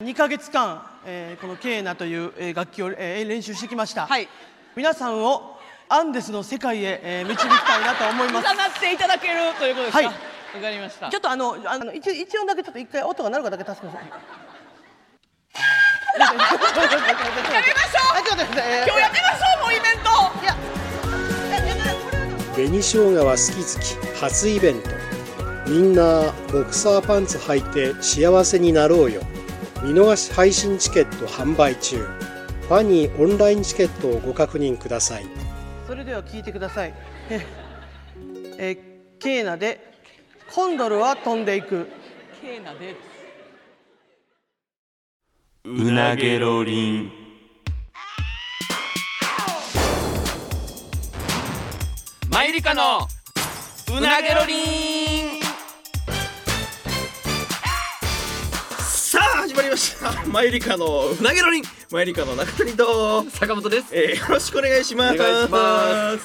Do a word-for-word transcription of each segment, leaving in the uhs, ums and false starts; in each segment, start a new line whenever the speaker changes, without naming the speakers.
にかげつかん、えー、このケーナという、えー、楽器を、えー、練習してきました、
はい、
皆さんをアンデスの世界へ、えー、導きたいなと思います。
占っていただけるということですか。
はい、
わかりました。
ちょっとあのあの 一, 一音だけちょっと一回音が鳴るかだけ助けます。
やめましょう。今日やってましょう。もうイベント。いや
紅生姜は好き好き初イベント。みんなボクサーパンツ履いて幸せになろうよ。見逃し配信チケット販売中。ファニーオンラインチケットをご確認ください。
それでは聞いてください。ええケーナでコンドルは飛んでいく。
ケーナで
うなげろりん。マユリカのうなげろりん。
さあ始まりました。マユリカのうなげろりん。マユリカの中谷と
坂本です、
えー、よろしくお願いします。
お願いします。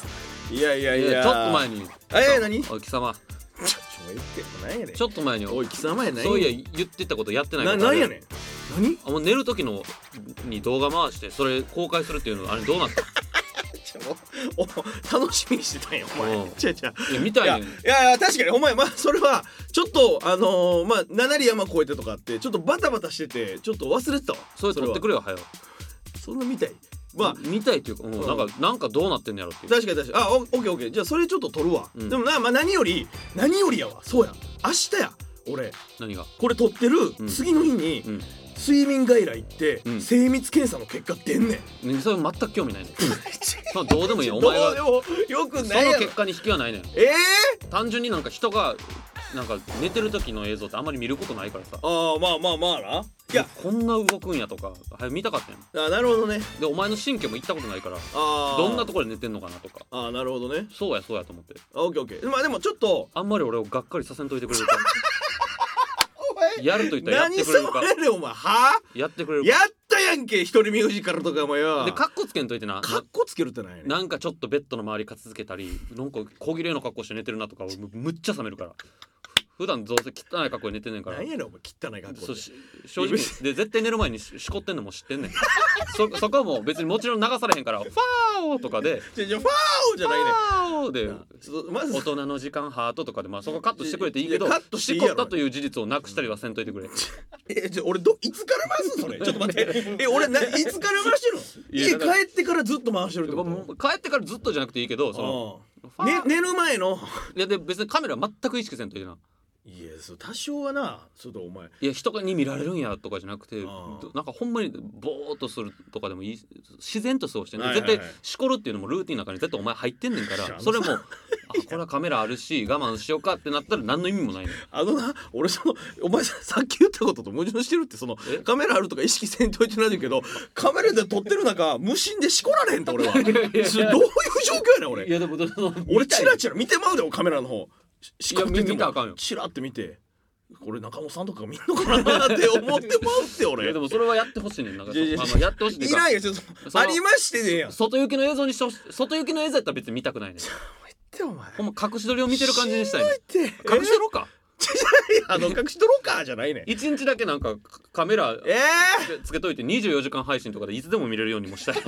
いやいやいや、
ちょっと前に
えー、何
おい貴様、
ちょちょ言って何やねん。
ちょっと前に
おい貴様や何
そういや言ってたことやってないか
な、
ら
何やねん。何
あもう寝る時のに動画回してそれ公開するっていうのあれどうなった
おお楽しみにしてたんやお前。
うん
違う違う
いや見たいねん。
いやいや確かにお前まあそれはちょっとあのー、まあ七里山越えてとかってちょっとバタバタしててちょっと忘れてたわ。
それ撮ってくれよはよ。
そんなみたい。まあ
見たいっていうか、うん、なんかなんかどうなってんのやろっていう。
確かに確かに。あ、オッケーオッケー。じゃあそれちょっと撮るわ、
うん、
でもな、まあ、何より何よりやわ。そうや明日や俺
何が
これ撮ってる次の日に、
うんうん、
睡眠外来行って、うん、精密検査の結果出んねん。
ね、それ全く興味ないねんそどうでもいいよお前が。
どうでもよくないやろ。
その結果に引きはないねん。
え
ー、単純になんか人がなんか寝てる時の映像ってあんまり見ることないからさ。
ああまあまあまあな。いや
こんな動くんやとか早見たかったやん。
あ、なるほどね。
でお前の神経も行ったことないから
あ
どんなところで寝てんのかなとか。
ああなるほどね。
そうやそうやと思って。
あオッケーオッケー。まあでもちょっと
あんまり俺をがっかりさせんといてくれるかやると言ったらやってくれるか。
何それお前は
やってくれるか。
やったやんけ一人ミュージカルとかもよ。
でカッコつけんといてな。
カッコつけるってないね。
なんかちょっとベッドの周り片付けたりなんか小切れの格好して寝てるなとか俺むっちゃ冷めるから。普段どうせ汚い格好で寝てんねんから。
何やねんお前汚い格好で。
正直で絶対寝る前にしこってんのも知ってんねんそ, そこはもう別にもちろん流されへんからファーとかで
じゃじゃファーじゃないねん。
ファーでまず大人の時間ハートとかでまあそこカットしてくれていいけどカットしていいやろ。しこったという事実をなくしたりはせんといてくれ
えじゃ俺どいつから回すそれちょっと待ってえ俺ないつから回してるの。家帰ってからずっと回してるってこと。
帰ってからずっとじゃなくていいけどその、
ね、寝る前の
いやで別にカメラ全く意識せんといてな。
いやそう多少はなちょっとお前
いや人に見られるんやとかじゃなくてなんかほんまにボーっとするとかでもいい自然と過ごしてね、はいはいはい、絶対しこるっていうのもルーティンの中に絶対お前入ってんねんからそれもあこれはカメラあるし我慢しようかってなったら何の意味もないねん。
あのな俺そのお前さっき言ったことと矛盾してるってそのカメラあるとか意識せんといてないけどカメラで撮ってる中無心でしこられへんって俺はどういう状況やねん俺。いやでも俺チラチラ見てまうでカメラの方しこってみたらあかんよ。チラって見てこれ中野さんとか見んのかなって思ってまうって俺。
いやでもそれはやってほしいねんなんかまあまあやってほしいねんか。
いないよちょっとありましてねやん。
外行きの映像にしてほしい。外行きの映像やったら別に見たくないねん。
ってお前
ほんま隠し撮りを見てる感じにしたいねん。
隠
し撮ろうか
あの隠し撮ろうかじゃないねん。
一日だけなんかカメラ
え
ーつけといてにじゅうよじかん配信とかでいつでも見れるようにもしたい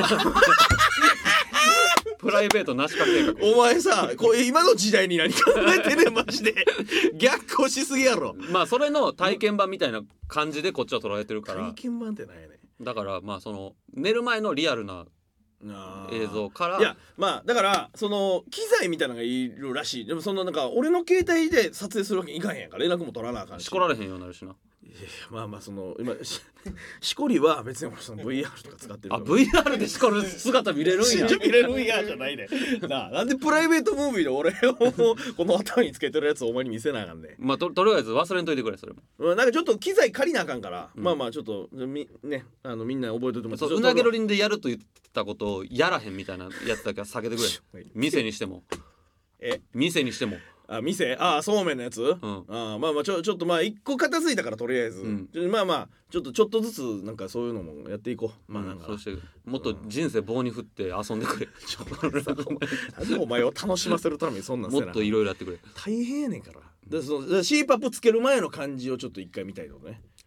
プライベートなしか計画。
お前さこう今の時代に何考えてんねんマジで逆行しすぎやろ。
まあそれの体験版みたいな感じでこっちは捉えてるから
体験版ってなんやね
ん。だからまあその寝る前のリアルな映像から
いやまあだからその機材みたいなのがいるらしい。でもそのなんか俺の携帯で撮影するわけにいかへんやんか。連絡も取らなあかんし
しこられへんようになるしな。
いやまあまあその今 し, しこりは別にその ブイアール とか使ってる
あ ブイアール でしこる姿見れるんや
見れるんやじゃないねなあ。なんでプライベートムービーで俺をこの頭につけてるやつをお前に見せなあかんね。
まあ と, とりあえず忘れんといてくれそれも。
なんかちょっと機材借りなあかんから、うん、まあまあちょっとみねあのみんな覚えておいてもらって。
うなげろりんでやると言ったことをやらへんみたいなやつだけは避けてくれ店にしても
え
店にしても
あ店ああそうめんのやつ、うん、あまあまあちょちょっとまあ一個片付いたからとりあえず、うん、まあまあちょっとちょっとずつなんかそういうのもやっていこう。まあなんか、
うん、そうしてもっと人生棒に振って遊んでくれ
なんでお前を楽しませるためにそんなんせな
もっといろいろやってくれ。
大変やねんから。でその シーパップ つける前の感じをちょっと一回見たいのね。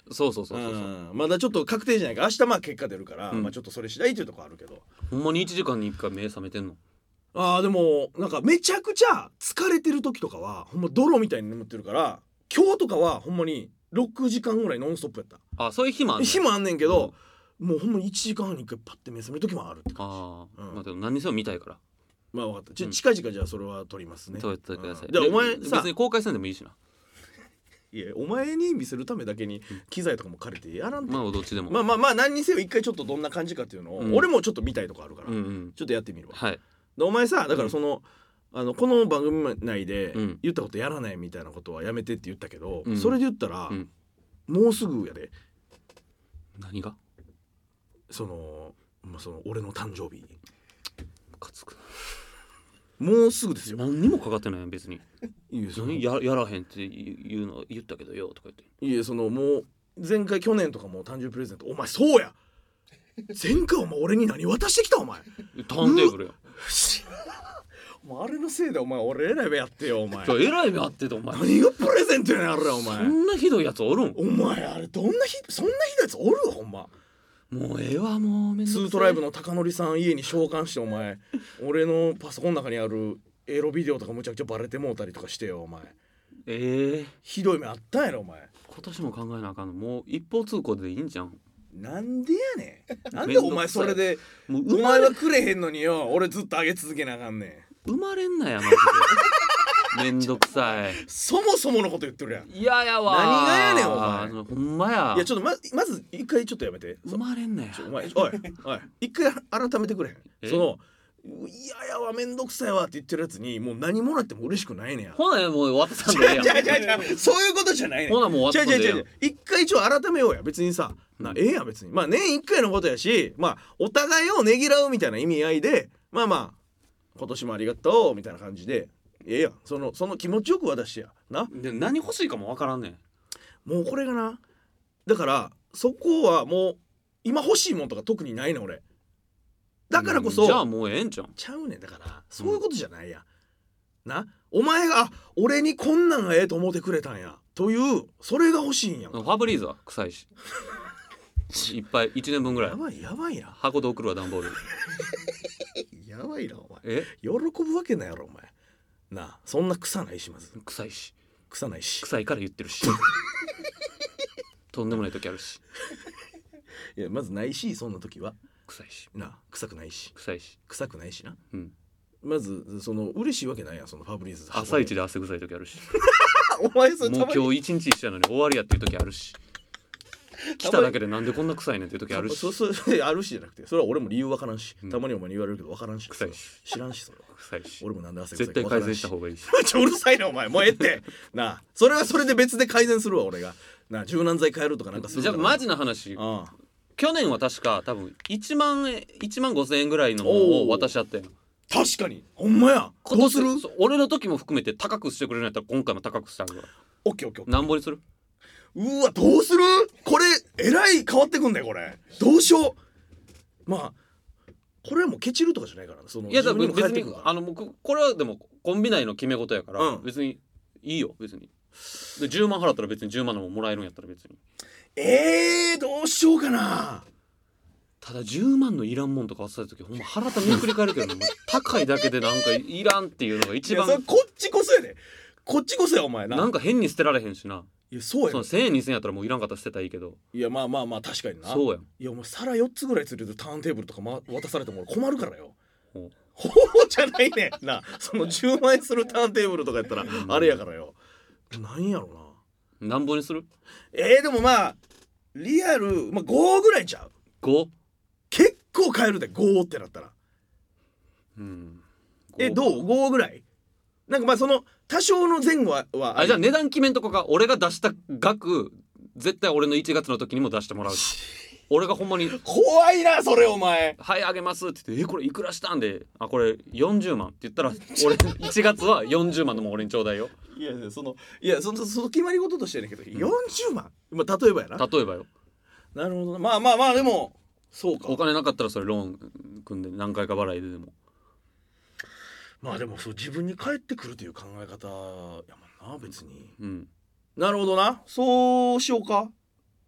そうそうそうそうそう、
うんまだちょっと確定じゃないか明日まあ結果出るから、
うん
まあちょっとそれ次第というところあるけど
ほんまにいちじかんにいっかい目覚めてんの？
あーでもなんかめちゃくちゃ疲れてる時とかはほんま泥みたいに眠ってるから今日とかはほんまにろくじかんぐらいノンストップやった
あそういう日もあんねん。
日もあんねんけど、もうほんまにいちじかんはんにいっかいパッて目覚める時もあるって感じ。
ああ、
うん
まあでも何にせよ見たいから
まあ分かったち
うん
近々じゃあそれは撮りますね。
撮ってください。
うんでお前
別
さ
に公開せんでもいいしな。
いやお前に見せるためだけに機材とかも借りてやらんと、
まあどっちでも。
まあまあまあ何にせよ一回ちょっとどんな感じかっていうのを、
うん
俺もちょっと見たいとこあるから、
うんうん
ちょっとやってみるわ。
はい。
でお前さだからその、あのこの番組内で
うん
言ったことやらないみたいなことはやめてって言ったけど、
うん
それで言ったら、
うん
もうすぐやで
何が？
その、まあ、その俺の誕生日
ムカつく。
もうすぐですよ。
何にもかかってないやん別に。
いいよその
何ややらへんって言うの言ったけどよとか言って。
いやそのもう前回去年とかも誕生日プレゼントお前そうや前回お前俺に何渡してきたお前
ターンテーブルやん。
お前あれのせいでお前俺えらい目やってよお前
じゃあえらい目あっててお前。
何がプレゼントやねんあれお前
そんなひどいやつおるん？
お前あれどんなひそんなひどいやつおるほんま
もうええわもうめんどくさい。
ツートライブの高則さん家に召喚してお前俺のパソコンの中にあるエロビデオとかむちゃくちゃバレてもうたりとかしてよお前
ええ
ひどい目あったんやろお前
今年も考えなあかんの。もう一方通行でいいんじゃん。
なんでやねんなんでお前それで
もう
お
生まれ
前はくれへんのによ俺ずっとあげ続けなあかんねん
生まれんなやマジで。めんどくさい。
そもそものこと言ってるやんい
いややわ。
何がやねんお前
ほんまや。
やちょっとままず一回ちょっとやめて
生まれんなや。
お前おいおい一回改めてくれへ
え
んそのいややわめんどくさいわって言ってるやつにもう何もらっても嬉しくないねや
ほなもう渡さんでええやん。
じゃじゃじゃそういうことじゃないねん
ほなもう渡さんでええやん。
一回一応改めようや別にさなええやん別にまあ年一回のことやしまあお互いをねぎらうみたいな意味合いでまあまあ今年もありがとうみたいな感じでええやんそのその気持ちよく渡してやな
で何欲しいかもわからんねん。
もうこれがなだからそこはもう今欲しいもんとか特にないねん俺だからこそ、
うんじゃあもうええんちゃん。
ちゃうねんだからそういうことじゃないや、ん、なお前があ俺にこんなんがええと思ってくれたんやというそれが欲しいんやん
ファブリーズは臭いし。いっぱいいちねんぶんぐらい
やばいやばいな
箱で送るわ段ボール。
やばいなお前
え
喜ぶわけないやろお前なあそんな臭ないしまず
臭いし。
臭ないし
臭いから言ってるし。とんでもない時あるし。
いやまずないしそんな時は
臭いし。
なあ臭くないし
臭いし。
臭くないしな
うん。
まずその嬉しいわけないやんそのファブリーズ
朝一で汗臭い時あるし。
お前それ
もう
たまに
今日一日一緒やのに終わりやっていう時あるし。来ただけでなんでこんな臭いねんっていう時あるし。
そそそれあるしじゃなくてそれは俺も理由わからんし、
うん
たまにお前に言われるけどわからんし
臭いし
知らんしそれは
臭いし。
俺もなんで汗臭いか
絶対改善
わからんし
した方がいいし。
ちょうるさいなお前もうええってなあそれはそれで別で改善するわ俺がなあ柔軟剤変えるとかなんかする
じゃあマジな話。
ああ
去年は確か多分いちまんえんいちまんごせんえんぐらいのものを渡し合ったよ。
確かにほんまや
今
どうする
年そう俺の時も含めて高くしてくれるんやったら今回も高くしてあげるわ。
オッケーオッケーオッケー
なんぼにする？
うわどうするこれえらい変わってくんだよこれどうしようまあこれはもうケチるとかじゃないからなその
いやだから
自分
別に
にも返ってくるから
あの僕これはでもコンビ内の決め事やから、
うん
別にいいよ別に。でじゅうまん払ったら別にじゅうまんのももらえるんやったら別に。
えー、どうしようかな
ただじゅうまんのいらんもんとか渡された時ほんま腹立めくり返るけど、ね、高いだけでなんかいらんっていうのが一番
いやそれこっちこそやでこっちこそやお前な
なんか変に捨てられへんしな。
いやそうや
そのせんえんにせんえんやったらもういらんかったら捨てたらいいけど。
いやまあまあまあ確かにな
そうやん。
いやお前皿よっつぐらいついてるターンテーブルとか、ま、渡されても俺困るからよ
ほう
ほうじゃないねんなそのじゅうまん円するターンテーブルとかやったらあれやからよなんやろな
なんぼにする？
えー、でもまあリアル、まあ、ごぐらいちゃう
ご？
結構買えるでごってなったら
うん。
えどうごぐらいなんかまあその多少の前後はは
あじゃあ値段決めんとこか。俺が出した額絶対俺のいちがつの時にも出してもらうし。俺がほんまに
怖いなそれお前
はいあげますって言って「えこれいくらしたんで?」あこれよんじゅうまんって言ったら俺いちがつはよんじゅうまんのも俺にちょうだいよ。
いやいやそのいやそのその決まり事としてやねんけど、よんじゅうまん、まあ、例えばやな
例えばよ。
なるほどなまあまあまあでもそうか
お金なかったらそれローン組んで何回か払いででも。
まあでもそう自分に返ってくるという考え方やもんな別に
うん。
なるほどなそうしようか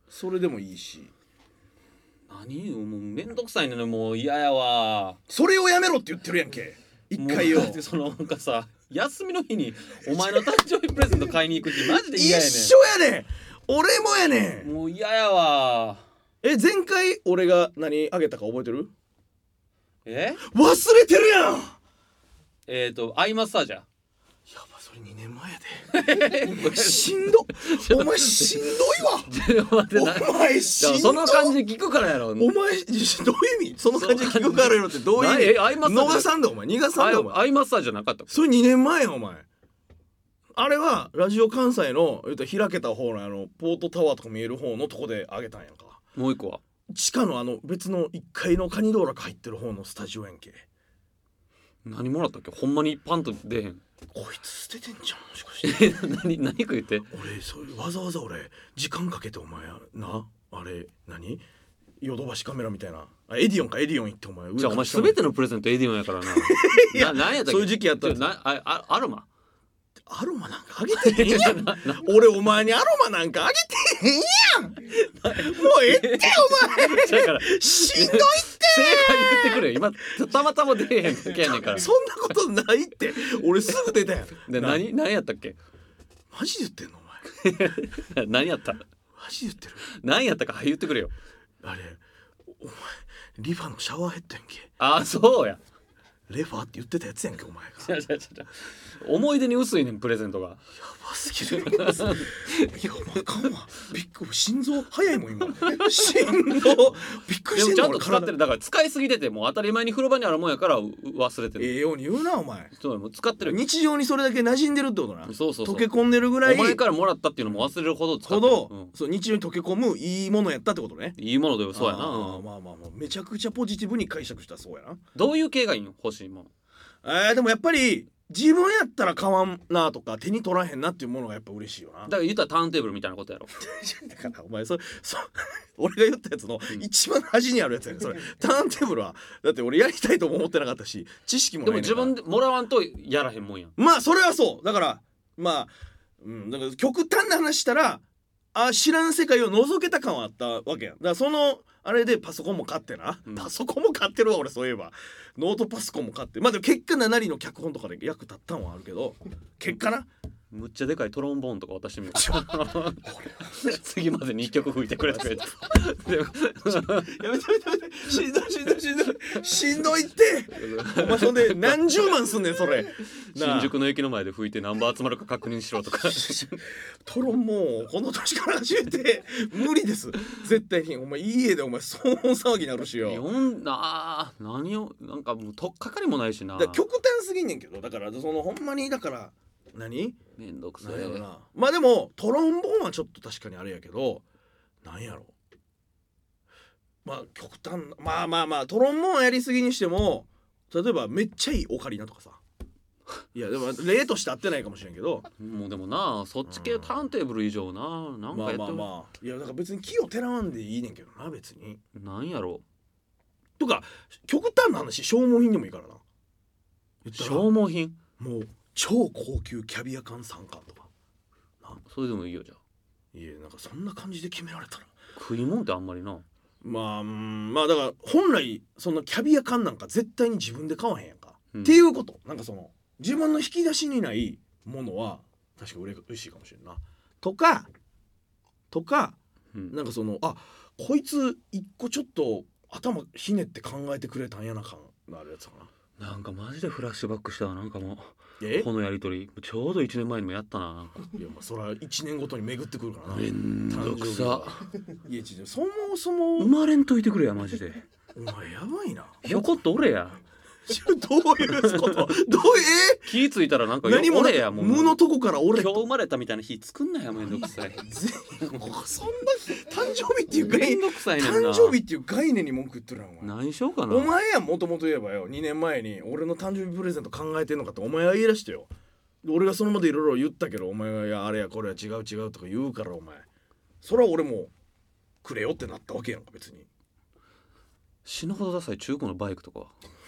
それでもいいし。
何もうめんどくさいねもう嫌やわ。
それをやめろって言ってるやんけ一回よ。
そのなんかさ休みの日にお前の誕生日プレゼント買いに行く日マジで嫌やねん。
一緒やねん俺もやねん。
もう嫌やわ。
え前回俺が何あげたか覚えてる？
え
忘れてるやん。
えっ、ー、とアイマッサージャー。
やばそれにねんまえやで。お前しんどお前しんどいわ。お前しんどい。
その感じ聞くからやろ。
お前どういう意味？その感じ聞くからやろってどういう意味？
アイマッサージ
逃さんだお前逃がさんだお前。
アイマッサージじゃなかった。
それにねんまえやお前。あれはラジオ関西の言うたら開けた方のあのポートタワーとか見える方のとこであげたんやんか。
もう一個は
地下のあの別のいっかいのカニ道楽入ってる方のスタジオやんけ。
何もらったっけ？ほんまにパンと出へん。
こいつ捨ててんじゃんもしかして。
何何か言って。
俺そういうわざわざ俺時間かけてお前なあれ何ヨドバシカメラみたいなあエディオンかエディオン行ってお前
じゃあお前全てのプレゼントエディオンやからな。な何やったっけ？
そういう時期やったら
なああアロマ
アロマなんかあげてへんやん。俺お前にアロマなんかあげてへんやん。もうええってお前。
だから
しんどいって。
正解言ってくれ今たまたま出えへんだけやねんから。
そんなことないって俺すぐ出たやん。
で何何やったっけ？
マジで言ってんのお前。
何やった？
マジで言ってる。
何やったか言ってくれよ。
あれお前リファのシャワーヘッドやんけ。
ああそうや。
レファって言ってたやつやんけお前が。
違う違う違う思い出に薄いねんプレゼントが。
やばすぎる。いやお前かんわ。びっくり心臓早いもん今。心臓びっくりしてんの。
でもちゃんと使ってる。だから使いすぎててもう当たり前に風呂場にあるもんやから忘れてる。
ええように言うなお前。
そうもう使ってる。
日常にそれだけ馴染んでるってことな。
そうそうそう
溶け込んでるぐらい。
お前からもらったっていうのも忘れるほど使ってる。
ほど、
うん、
そう日常に溶け込むいいものやったってことね。
いいものだよ。そうやな。
あーまあまあまあめちゃくちゃポジティブに解釈したらそうやな。
どういう系がいいの欲しいもん。
えー、でもやっぱり自分やったら買わんなとか手に取らへんなっていうものがやっぱ嬉しいよな。
だから言ったらターンテーブルみたいなことやろ。
だからお前それそ俺が言ったやつの一番端にあるやつやねんそれ。ターンテーブルはだって俺やりたいとも思ってなかったし知識もないねんから。
でも自分でもらわんとやらへんもんやん。
まあそれはそうだからまあ、うん、だから極端な話したらあ知らん世界を覗けた感はあったわけやん。だからそのあれでパソコンも買ってな、うん、パソコンも買ってるわ俺そういえばノートパソコンも買ってまあでも結果ななりの脚本とかで役立ったんはあるけど結果な
むっちゃでかいトロンボーンとか渡してみよう。次までにいっきょく吹いてくれとか言って
やめてやめてやめてしんどいしんどいしんどいしんどいってお前そんで何十万すんねんそれ。
新宿の駅の前で吹いて何番集まるか確認しろとか。
トロンもうこの年から始めて無理です絶対に。お前家でお前騒音騒ぎになるしよ。
読んだ何をなんかもうとっかかりもないしな。
だ極端すぎんねんけどだからそのほんまにだから何
めんどくさい
な。まあでもトロンボーンはちょっと確かにあれやけどなんやろまあ極端まあまあまあトロンボーンやりすぎにしても例えばめっちゃいいオカリナとかさいやでも例として合ってないかもしれんけど
もうでもなそっち系ターンテーブル以上ななんかやって
まあまあまあいやだから別に木をてらわんでいいねんけどな別に
なんやろ
とか極端な話消耗品でもいいからな。
消耗品
もう超高級キャビア缶さんかんとか
な。それでもいいよじゃあ。
いやなんかそんな感じで決められたら
食い物ってあんまりな。
まあうんまあだから本来そんなキャビア缶なんか絶対に自分で買わへんやんか、うん、っていうことなんかその自分の引き出しにないものは確か嬉しいかもしれんなとかとか、うん、なんかそのあこいつ一個ちょっと頭ひねって考えてくれたんやな感のあるやつか
な。なんかマジでフラッシュバックしたわ。なんかもうこのやりとりちょうどいちねんまえにもやったな。
いやまあそれはいちねんごとに巡ってくるからな。
めんどくさ。
いやそもそも
生まれんといてくれやマジで。
お前やばいな。
ひょこっと俺や。
どういうことどうえ
気ぃついたらなんか
何も
俺やもう
無のとこから俺
今日生まれたみたいな日作んなよめんどくさい。
そんな誕生日っていう概念誕生日っていう概念に文句言ってるなお前。
何しようかな。
お前やもともと言えばよにねんまえに俺の誕生日プレゼント考えてんのかってお前は言い出してよ。俺がその場でいろいろ言ったけどお前がいやあれやこれや違う違うとか言うからお前それは俺もくれよってなったわけやんか別に。
死ぬほどダサい中古のバイクとか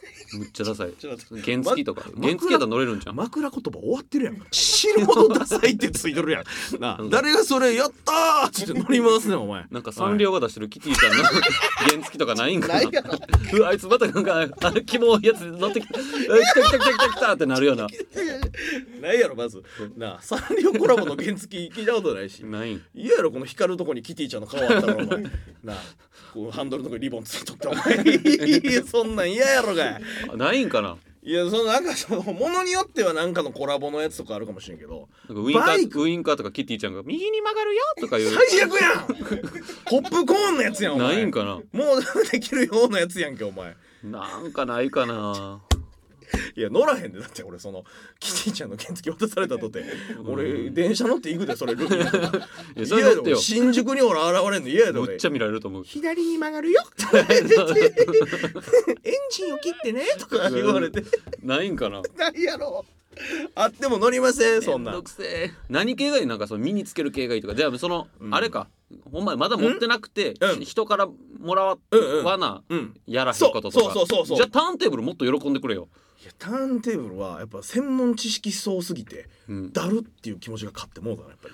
むっちゃダサい。原付とか原付やったら乗れるんじゃん。
枕言葉終わってるやん。死ぬほどダサいってついとるやんな。誰がそれやったーっつって乗り回すねんお前。
なんかサンリオが出してるキティちゃんの原付とかないんかな。うわあいつまたなんかあれキモいやつ乗ってきた、来た来た来た来た来たってなるような。
ないやろまずなあ。サンリオコラボの原付聞いたことないし。
ないん。
いやろこの光るとこにキティちゃんの顔あったらお前なあ、こうハンドルのとこにリボンついとってお前いやそんなん嫌やろがい。
ないんかな。
いやそのなんかそのものによってはなんかのコラボのやつとかあるかもしれんけど、
なんかウインカーウインカーとかキティちゃんが右に曲がるよとかいう
最悪やんポップコーンのやつやんお前。
ないんかな。
もうできるようなやつやんけお前。
なんかないかな。
いや乗らへんで。だって俺そのキティちゃんの原付渡されたとて、うん、俺電車乗って行くでそれルールとかいやそれ乗ってよ。新宿に俺現れんの嫌やで。
めっちゃ見られると思う。
左に曲がるよエンジンを切ってねとか言われて
ないんかな。
ないやろ。あっても乗りませんそんな。
めんどくせえ。何系がいい。なんかその身につける系がいいとか。じゃあその、うん、あれかほんままだ持ってなくて、うん、人からもらわな、うん、やらへんこととか。そうそうそうそう。じゃあターンテーブルもっと喜んでくれよ。
いやターンテーブルはやっぱ専門知識そうすぎて、うん、だるっていう気持ちが勝ってもうだなやっぱり。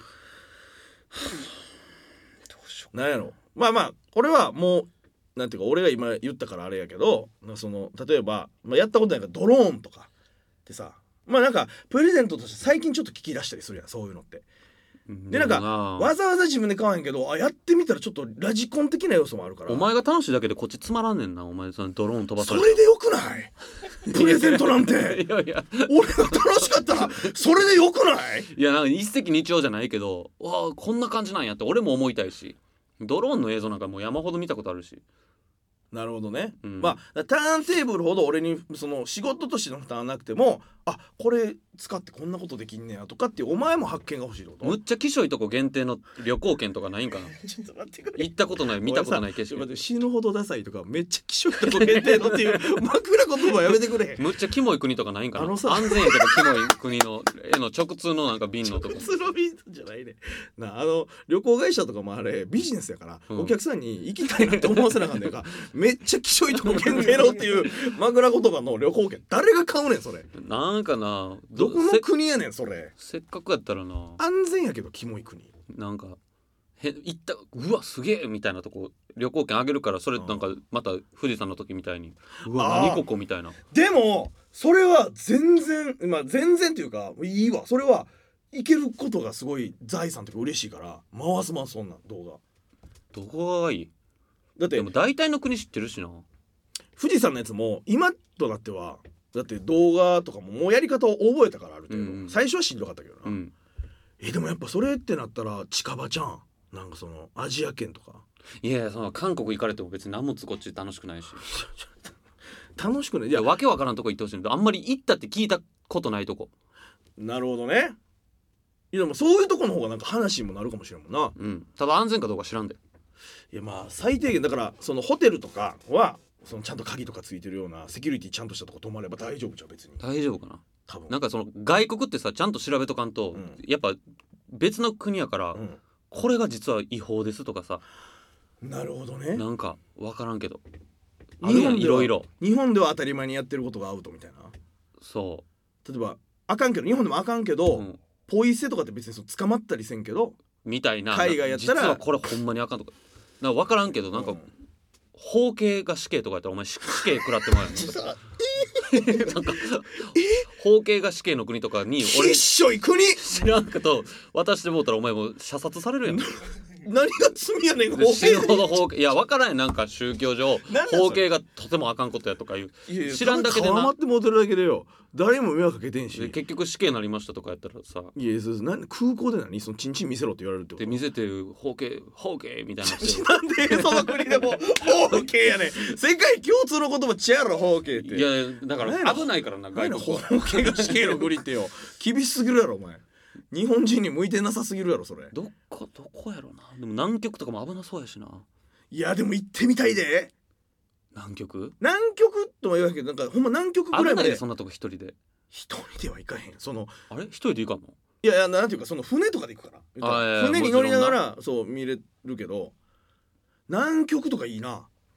どうしよう。なんやろ。まあまあこれはもうなんていうか俺が今言ったからあれやけど、その例えば、まあ、やったことないからドローンとかってさ、まあなんかプレゼントとして最近ちょっと聞き出したりするやんそういうのって。でなんかわざわざ自分で買わへんけど、あやってみたらちょっとラジコン的な要素もあるから。
お前が楽しいだけでこっちつまらんねんな。お前そのドローン飛ばされ
それでよくないプレゼントなんて。いやいや俺が楽しかったらそれでよくない。
いやなんか一石二鳥じゃないけど、わあこんな感じなんやって俺も思いたいし、ドローンの映像なんかもう山ほど見たことあるし。
なるほどね、うん、まあターンテーブルほど俺にその仕事としての負担はなくても、あこれ使ってこんなことできんねやとかっていうお前も発見が欲しいってこと。
むっちゃきしょいとこ限定の旅行券とかないんかな。ちょっと待ってくれ。行ったことない見たことない景色。
死ぬほどダサいとかめっちゃきしょいとこ限定のっていう枕言葉やめてくれ。
むっちゃキモい国とかないんかな。あのさ安全やけどキモい国のへの直通のなんか便のとこ。
直通の便じゃないね。なあの旅行会社とかもあれビジネスやから、うん、お客さんに行きたいなって思わせなあかんねんからめっちゃきしょいとこ限定のっていう枕言葉の旅行券誰が買うねんそれ。
なんかな
どこの国やねんそれ。
せっかくやったらな
安全やけどキモい国
なんかへ行ったうわすげえみたいなとこ旅行券あげるから、それなんかまた富士山の時みたいにうわ何ここみたいな。
でもそれは全然まあ全然っていうかいいわ。それはいけることがすごい財産というか嬉しいから回す回すそんなん動画。
どこがいい。
だって
でも大体の国知ってるしな。
富士山のやつも今となってはだって動画とかももうやり方を覚えたからある程度、うんうん、最初はしんどかったけどな、うん、えでもやっぱそれってなったら近場じゃん。なんかそのアジア圏とか。
いやその韓国行かれても別に何もこっち楽しくないし
楽しくない。い
やわけわからんとこ行ってほしいんだ。あんまり行ったって聞いたことないとこ。
なるほどね。いやでもそういうとこの方がなんか話にもなるかもしれんもんな、
うん、ただ安全かどうか知らんで。
いやまあ最低限だからそのホテルとかはそのちゃんと鍵とかついてるようなセキュリティちゃんとしたとこ泊まれば大丈夫じゃん別に。
大丈夫かな
多分。
なんかその外国ってさちゃんと調べとかんと、うん、やっぱ別の国やから、うん、これが実は違法ですとかさ。
なるほどね。
なんか分からんけど日本いろいろ
日本では当たり前にやってることがアウトみたいな。
そう
例えばあかんけど日本でもあかんけど、うん、ポイ捨てとかって別にその捕まったりせんけど
みたいな
海外やったら
実はこれほんまにあかんとかなんか分からんけどなんか、うん、法刑が死刑とかやったらお前死刑食らってもらえるなんか法刑が死刑の国とかに
俺ひっしょい国
知らんけど渡してもうたらお前も射殺されるやん
何が罪やねん。
死ぬほど法刑いや分からんなんか宗教上法刑がとてもあかんことやとかいう知らんだけでな
絡まってもうてるだけでよ誰も迷惑かけてんし
結局死刑になりましたとかやったらさ
いやそなん空港で何そのチンチン見せろって言われるってこと
で見せて法刑法刑みたいな
なんでその国でも法刑やねん世界共通の言葉ちゃうやろ法刑って
いやだから危ないからな外国
法刑が死刑の国ってよ厳しすぎるやろお前日本人に向いてなさすぎるやろそれ。
どこどこやろな。でも南極とかも危なそうやしな。
いやでも行ってみたいで。
南極
南極とは言わへんけどなんかほんま南極ぐらいまで
危ないでそんなとこ一人で
一人では行かへん。その
あれ一人で行かんの。
いやいやなんていうかその船とかで行くから船に乗りながらそう見れるけど南極とかいいな。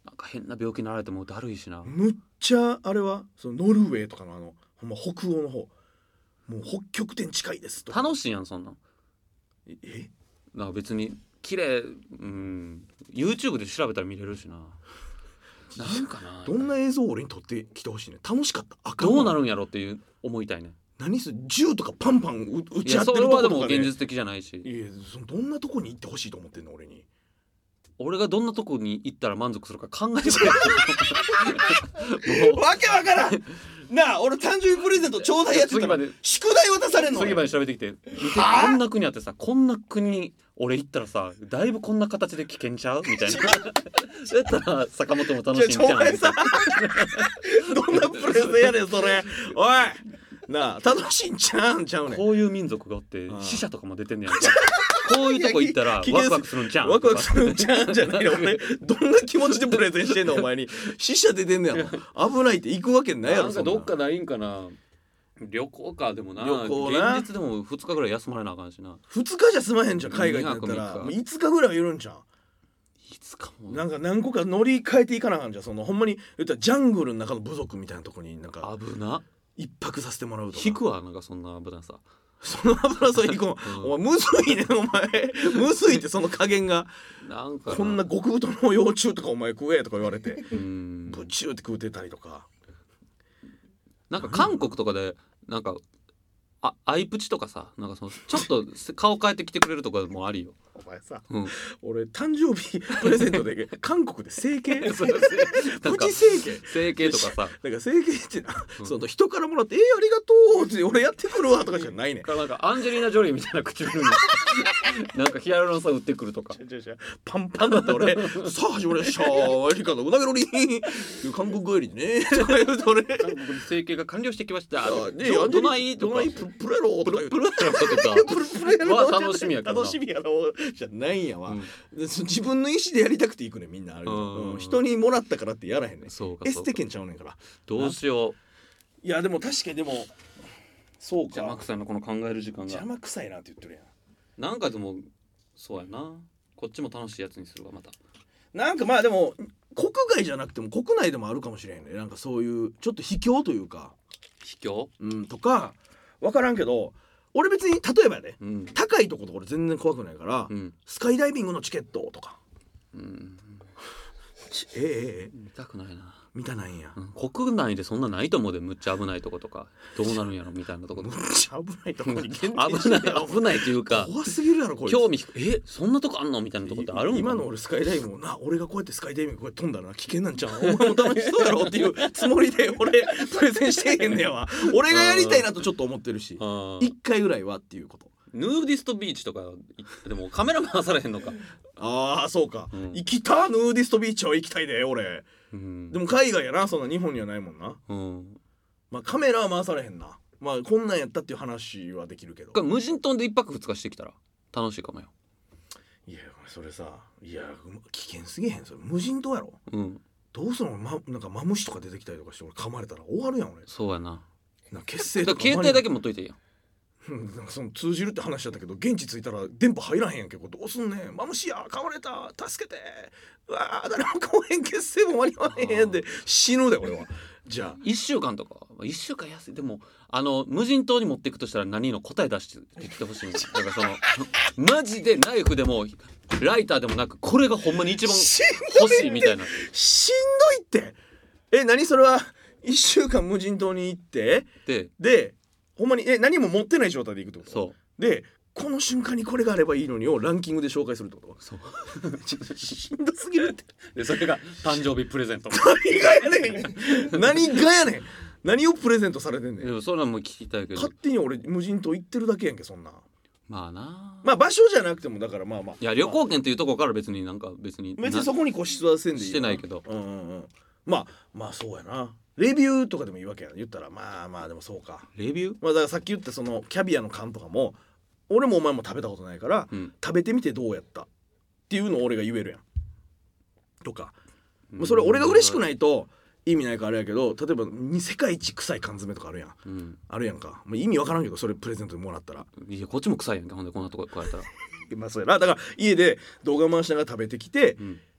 なんか変な病気になられてもだるいしな。
むっちゃあれはそのノルウェーとかのあのほんま北欧の方もう北極点近いですとか
楽しいやんそんなん。
え
なんか別に綺麗うん YouTube で調べたら見れるしな。なんかな
どんな映像を俺に撮ってきてほしいね。楽しかったあかんわ
どうなるんやろっていう思いたいね。
何する銃とかパンパンう撃
いや
ち合ってる
それはでも
とことかで
現実的じゃないし、
いやそのどんなとこに行ってほしいと思ってんの俺に。
俺がどんなとこに行ったら満足するか考えてくれもう
わけわからんなあ俺誕生日プレゼントちょうだいやってたら
次まで
宿題渡されんの
次まで調べてきて見てこんな国あってさこんな国に俺行ったらさだいぶこんな形で危険ちゃうみたいなそうやったら坂本も楽しいんじゃないですか。
どんなプレゼンやねんそれおいなあ楽しいんちゃうんちゃうねん。
こういう民族がおって
うん
死者とかも出てんねやんかこういうとこ行ったら
危険
ワクワクするんちゃうん
ワクワクするんちゃうんじゃないよ俺どんな気持ちでプレゼンしてんのお前に死者出てんねやろ危ないって行くわけないやろ。
なんかどっかないんかな。旅行かでもな
旅行な
現実でもふつかぐらい休まれなあかんしな。
ふつかじゃ済まへんじゃん海外だった
にはくみっか
らもういつかぐらいはいるんじゃん。
いつかも
なんか何個か乗り換えていかなあかんじゃん。そのほんまに言ったらジャングルの中の部族みたいなとこになんか
危な
一泊させてもらうとか。
引くわなんかそんな危なさ。
その油そ引くんお前むずいねお前むずいってその加減が
なんか
こんな極太の幼虫とかお前食えとか言われて
うん
ブチューって食うてたりとか。
なんか韓国とかでなんかあアイプチとかさなんかそのちょっと顔変えてきてくれるとかもありよ。
お前さ
うん、
俺誕生日プレゼントで韓国で整形プチ
なんか
整形
整形とかさ
なんか整形ってな、うん、その人からもらって「えー、ありがとう」って俺やってくるわとかじゃないねん。
かなんかアンジェリーナ・ジョリーみたいな唇になんかヒアルロン酸打ってくるとか。
パンパンだった俺「さあ始まりましたエリカのうなぎのり韓国帰りでね」とか言うと俺
韓国で整形が完了してきました
「ねえ
どどないとか
どないププレロ」とか言う
プルプルプルとか
プルプレロ
は楽しみやけどな
楽しみやろじゃないんやわ、
うん
でそ自分の意思でやりたくていくねんみんなあれ、
うん
うん、人にもらったからってやらへんねん。
そうか
エステ券ちゃうねんから。
どうしよう。
いやでも確かにでもそうか
邪魔くさいなこの考える時間が。
邪魔くさいなって言ってるやん。
なんかでもそうやなこっちも楽しいやつにするわまた。
なんかまあでも国外じゃなくても国内でもあるかもしれへんね。なんかそういうちょっと秘境というか
秘境
うんとか分からんけど俺別に例えばやで、
うん
高いとことこれ全然怖くないから、
うん
スカイダイビングのチケットとか
うん
ちええええ
見たくないな。
見たないんや、
うん国内でそんなないと思うでむっちゃ危ないとことかどうなるんやろみたいなとこと
むっ
か
ちゃ危ないとこに限定
危ない危ないというか
怖すぎるやろこいつ
興味えそんなとこあんのみたいなとこってあるんかな。
今の俺スカイダイビングもな俺がこうやってスカイダイビングこうやって飛んだらな危険なんちゃうお前も楽しそうやろっていうつもりで俺プレゼンしてへんねやわ俺がやりたいなとちょっと思ってるし
あー
一回ぐらいはっていうこと。
ヌーディストビーチとかでもカメラ回されへんのか。
ああそうか、
うん
行きたヌーディストビーチは行きたいで俺
うん
でも海外やなそんな日本にはないもんな。
うん
まあカメラは回されへんな。まあこんなんやったっていう話はできるけど
これ無人島で一泊二日してきたら楽しいかもよ。
いやそれさいや危険すぎへんそれ無人島やろ
うん
どうするの、ま、なんかマムシとか出てきたりとかして俺噛まれたら終わるやん俺
そうやな。
なんか血清
だ
とか
から携帯だけ持っといていいやん。
うんなんかその通じるって話だったけど現地着いたら電波入らへんやんけどどうすんねんマムシや噛まれた助けてうわー誰も来へん血清も間に合わへんで死ぬで俺はじゃあ
いっしゅうかんとかいっしゅうかん安いでもあの無人島に持っていくとしたら何の答え出してきてほしいんですだからそのマジでナイフでもライターでもなくこれがほんまに一番
しん
欲しいみたいな。
しんどいってえ何それはいっしゅうかん無人島に行って
で
でほんまにえ何も持ってない状態で行くってこと
そう
でこの瞬間にこれがあればいいのにをランキングで紹介するってこと
そう
しんどすぎるって
でそれが誕生日プレゼント。
何がやねん何がやねん何をプレゼントされてんねん
でもそれはもう聞きたいけど
勝手に俺無人島行ってるだけやんけそんな
まあな
まあ場所じゃなくてもだからまあまあ
いや旅行券っていうところから別になんか別に
別にそこに固執はせんでいい
してないけど
うんうんうんまあまあそうやなレビューとかでもいいわけやな言ったらまあまあでもそうか
レビュー
まあだからさっき言ったそのキャビアの缶とかも俺もお前も食べたことないから、
うん
食べてみてどうやったっていうのを俺が言えるやんとか、まあ、それ俺が嬉しくないと意味ないからあれやけど例えばに世界一臭い缶詰とかあるやん
うん
あるやんか、まあ、意味わからんけどそれプレゼントでもらったら
いやこっちも臭いやんけほんでこんなとこ加えたら
まあそうやなだから家で動画回しながら食べてきて、
うん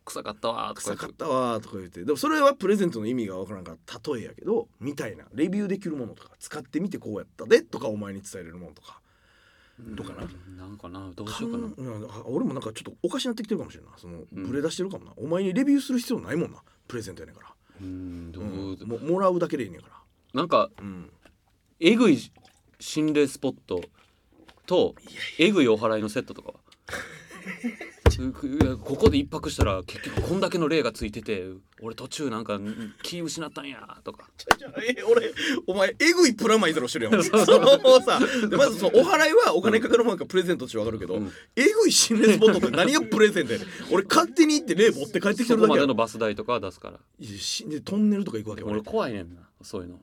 臭かったわとか
臭かったわとか言って、でもそれはプレゼントの意味がわからんから例えやけどみたいなレビューできるものとか使ってみてこうやったでとかお前に伝えれるものとかとかな、
なんかなどうしようかな。
うん、俺もなんかちょっとおかしなってきてるかもしれんない。そのブレ出してるかもな、お前にレビューする必要ないもんな、プレゼントやねんから。
うんどう、
うん、も, もらうだけでいいねんから。
なんか、
うん、
えぐい心霊スポットとえぐいお祓いのセットとかはここで一泊したら結局こんだけの霊がついてて俺途中なんか気失ったんやとか
え俺お前えぐいプラマイゼロしてるやんそのさまずそのお祓いはお金かかるもんかプレゼントって分かるけど、うん、えぐい心霊スポットって何がプレゼントやねん俺勝手に行って霊持って帰ってきてるだけやん。そこまで
のバス代とかは出すから
いやでトンネルとか行くわけ
俺怖いねんなそういうの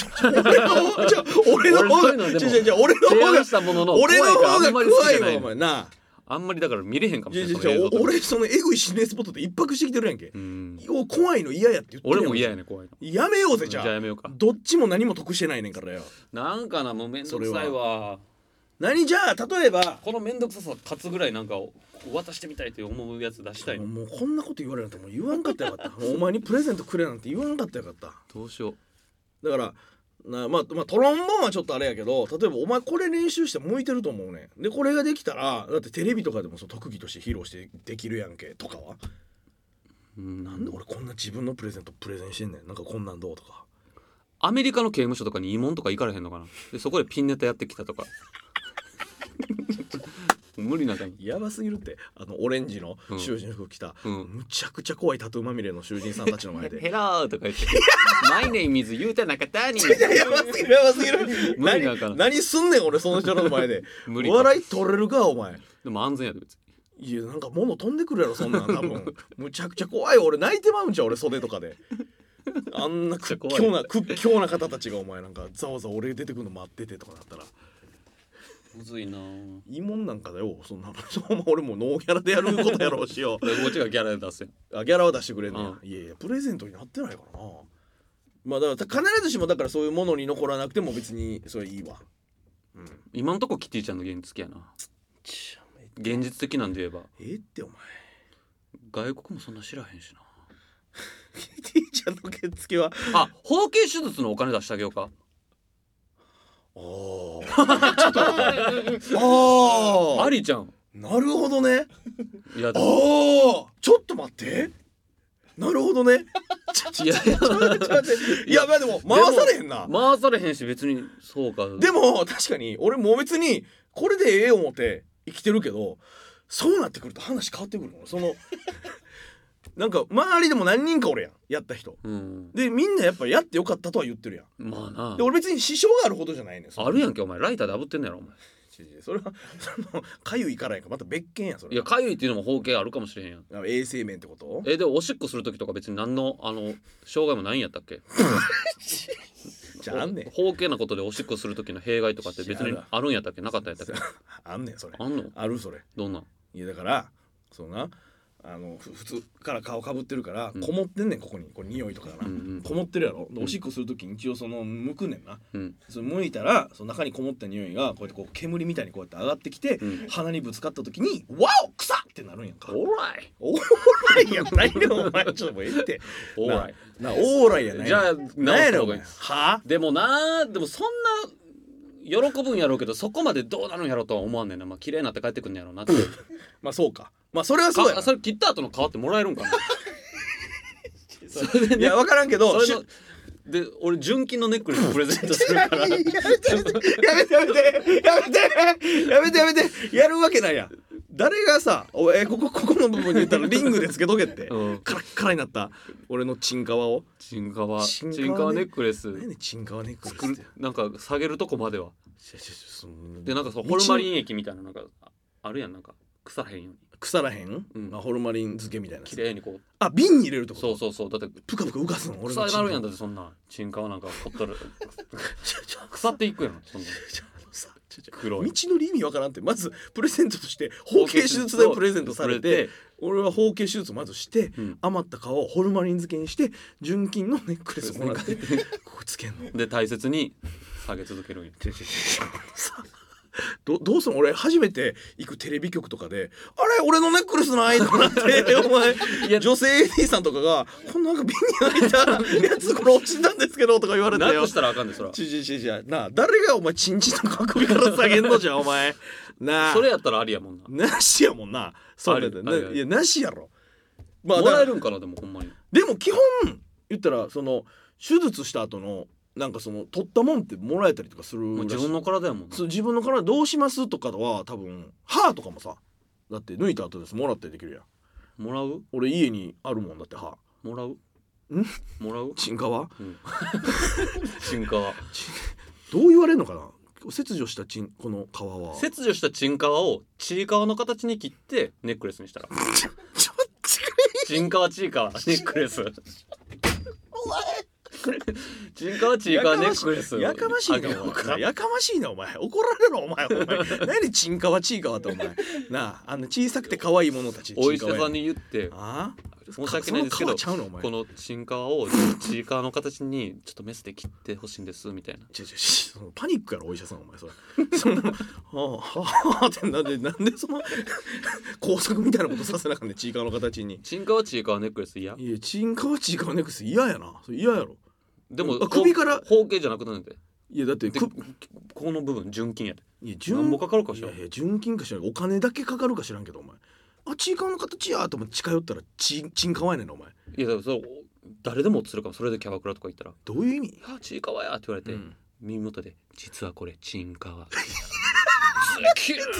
俺の方が俺の方がしたものの俺の方が怖いわお前な。
あんまりだから見れへんかもしれない。
俺そのエグい心霊スポットで一泊してきてるやんけ。うん怖いの嫌やって言ってるやん。
俺も嫌やね怖いの。
やめようぜじゃあ。
じゃあやめようか。
どっちも何も得してないねんからよ。
なんかなもうめんどくさいわ。
何じゃあ例えば
このめんどくささ勝つぐらいなんか渡してみたいって思うやつ出したいの。
もうこんなこと言われるともう言わんかったらよかった。お前にプレゼントくれなんて言わんかったらよかった。
どうしよ
う。だからなまあ、まあトロンボーンはちょっとあれやけど例えばお前これ練習して向いてると思うねん。でこれができたらだってテレビとかでもその特技として披露してできるやんけとかはうんなんで俺こんな自分のプレゼントプレゼンしてんねん。なんかこんなんどうとか
アメリカの刑務所とかに慰問とか行かれへんのかな。でそこでピンネタやってきたとか無理なんだ
やばすぎるって。あのオレンジの囚人服着た、うん、むちゃくちゃ怖いタトゥーまみれの囚人さんたちの前で
ヘローとか言ってマイネームズ言うたなかったに
やばすぎるやばすぎる何, 何すんねん俺その人の前で笑い取れるかお前。
でも安全やで別
に。いやなんか物飛んでくるやろそんなん多分むちゃくちゃ怖い。俺泣いてまうんちゃう俺袖とかであんな屈強な屈強な方たちがお前なんかざわざわ俺出てくるの待っててとかなったら
むずいな。
いいもんなんかだよそんなの俺もノーギャラでやることやろうしよ
うこっちがギャラで出すよ。
あギャラは出してくれんねや、うん、いやいやプレゼントになってないからな。まあだから必ずしもだからそういうものに残らなくても別にそれいいわ、
うん、今んとこキティちゃんの現実好きやな。現実的なんで言えば
えー、ってお前
外国もそんな知らへんしな
キティちゃんの受付は
あ包茎手術のお金出してあげようか。
ああ
ありちゃん
なるほどね。
いや
ああちょっと待ってなるほどね
いやいや
いやまあでも回されへんな。
回されへんし別にそうか。
でも確かに俺もう別にこれでええ思って生きてるけどそうなってくると話変わってくるのそのなんか周りでも何人か俺やんやった人、うん、でみんなやっぱやってよかったとは言ってるやん。
まあな
で俺別に支障があるほどじゃないねん。
あるやんけお前ライターで炙ってんのやろお前。
それはそのかゆいからやんかまた別件やそれ。
いやかゆいっていうのも包茎あるかもしれへんやん。
衛生面ってこと。
えでもおしっこする時とか別に何のあの障害もないんやったっけ
じゃああんねん。
包茎なことでおしっこする時の弊害とかって別にあるんやったっけなかったんやったっけ
あんねんそれ。
あんの
あるそれ。
どんなん。
いやだからそうなあの普通から顔かぶってるから、うん、こもってんねんここにこれ匂いとかがな、うんうん、こもってるやろ。でおしっこするときに一応その剥くねんな、うん、その剥いたらその中にこもった匂いがこうやってこう煙みたいにこうやって上がってきて、うん、鼻にぶつかったときにワオ臭っってなるんやんか。
オーライ
オーライやないねんお前ちょっともうええって
オーライ
なオーライやない
じゃあ
何やねんお前は
でもなでもそんな喜ぶんやろうけどそこまでどうなるんやろうとは思わんねんな。まあ綺麗になって帰ってくんやろうなって
まあそうかまあそれはそうや。
それ切った後の皮ってもらえるんかな
それで、ね、いや分からんけど
それので俺純金のネックレスプレゼントするからやめて
やめてやめてやめてやめてやめてやるわけないやん。誰がさおえここここの部分に言ったらリングでつけとけって、うん、カラッカラになった俺のチンカワを
チンカワチンカワネックレス
何でチンカワネックレスって
なんか下げるとこまではでなんかそうホルマリン液みたいななんかあるやんなんか腐らへんように
腐らへん、うん、あホルマリン漬けみたいな
綺麗にこう
あ瓶に入れるとこ
そうそうそうだって
プカプカ浮かすの
俺の腐るやんだってそんなチンカワなんかほったら腐っていくやんそんな
黒い道のり意味わからんって。まずプレゼントとして包茎手術でプレゼントされて俺は包茎手術まずして、うん、余った皮をホルマリン漬けにして純金のネックレスもらってここつけんの
で大切に下げ続けるんや
ど, どうすんの俺初めて行くテレビ局とかであれ俺のネックレスないとかなってお前いや女性 エーディー さんとかがこんななんか瓶に入ったやつこれ落ちたんですけどとか言われてよ
なくしたらあかんねそら
ちちちちなあ誰がお前チンチンの首から下げんのじゃんお前なあ
それやったらありやもんな
なしやもんなそうだよいやなしやろ
まあもらえるんかなでもほんまに
でも基本言ったらその手術した後のなんかその取ったもんってもらえたりとかするらしい。
自分の体やもんな。
そう自分の体どうしますとかは多分歯とかもさだって抜いた後ですもらったりできるやん。
もらう？
俺家にあるもんだって歯。
もらう？
ん？
もらう？
チンカワ？
うん、チンカワ
どう言われるのかな。切除したチンこの皮は
切除したチンカワをチーカワの形に切ってネックレスにしたら
ちょちょ
チンカワチーカワネックレスチンカワチーカワネックレス
やかましいなやかましいなお前怒られろお前お前何チンカワチーカワってお前なああの小さくて可愛いものたち
お医者さんに言って
あ
申し訳ないんですけど
その皮ちゃうのお前
このチンカワをチーカワの形にちょっとメスで切ってほしいんですみたいな
ちょちょそのパニックやろお医者さんお前それそのはあはあってなんでなんでその工作みたいなことさせなかったねチーカワの形に
チンカワチーカワネックレス嫌
いやチンカワチーカワネックレス嫌やなそれ嫌やろ
でも
首から
包茎じゃなくなるんで
いやだって
この部分純金やで
いや
何もかかるかしら
いやいや純金かしらお金だけかかるか知らんけどお前あチーカワの形やと思って近寄ったらチンチンカワやねんなお前
いやだからそう誰でもするかもそれでキャバクラとか行ったら
どういう意味
いやチーカワやって言われて、うん、耳元で実はこれチンカワキュ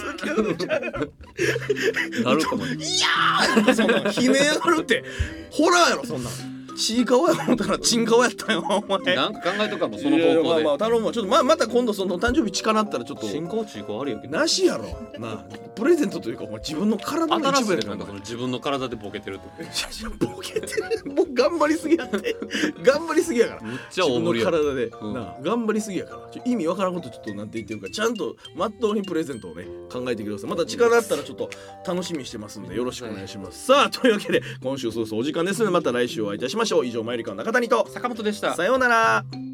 ーなるかもいや
ーそんな悲鳴上がるってホラーやろそんなんチーカワや思ったらチンカワやったよお前
なんか考えとかもその方向で
まあまあ頼むわちょっと ま, また今度その誕生日近なったらちょっと
チンカワチーカワあるよ
なしやろなあプレゼントというかお前自分の体の一部や
なんかその自分の体でボケてるって
ボケてるもう頑張りすぎやって頑張りすぎやから
むっちゃ大盛りや
自分の体で、
うん、
なあ頑張りすぎやからちょ意味わからんことちょっとなんて言ってるかちゃんとまっとうにプレゼントをね考えてくださいまた近なったらちょっと楽しみにしてますんでよろしくお願いします、はい、さあというわけで今週そうそうお時間ですのでまた来週お会いいたしましょう以上マユリカの中谷と
坂本でした
さようなら。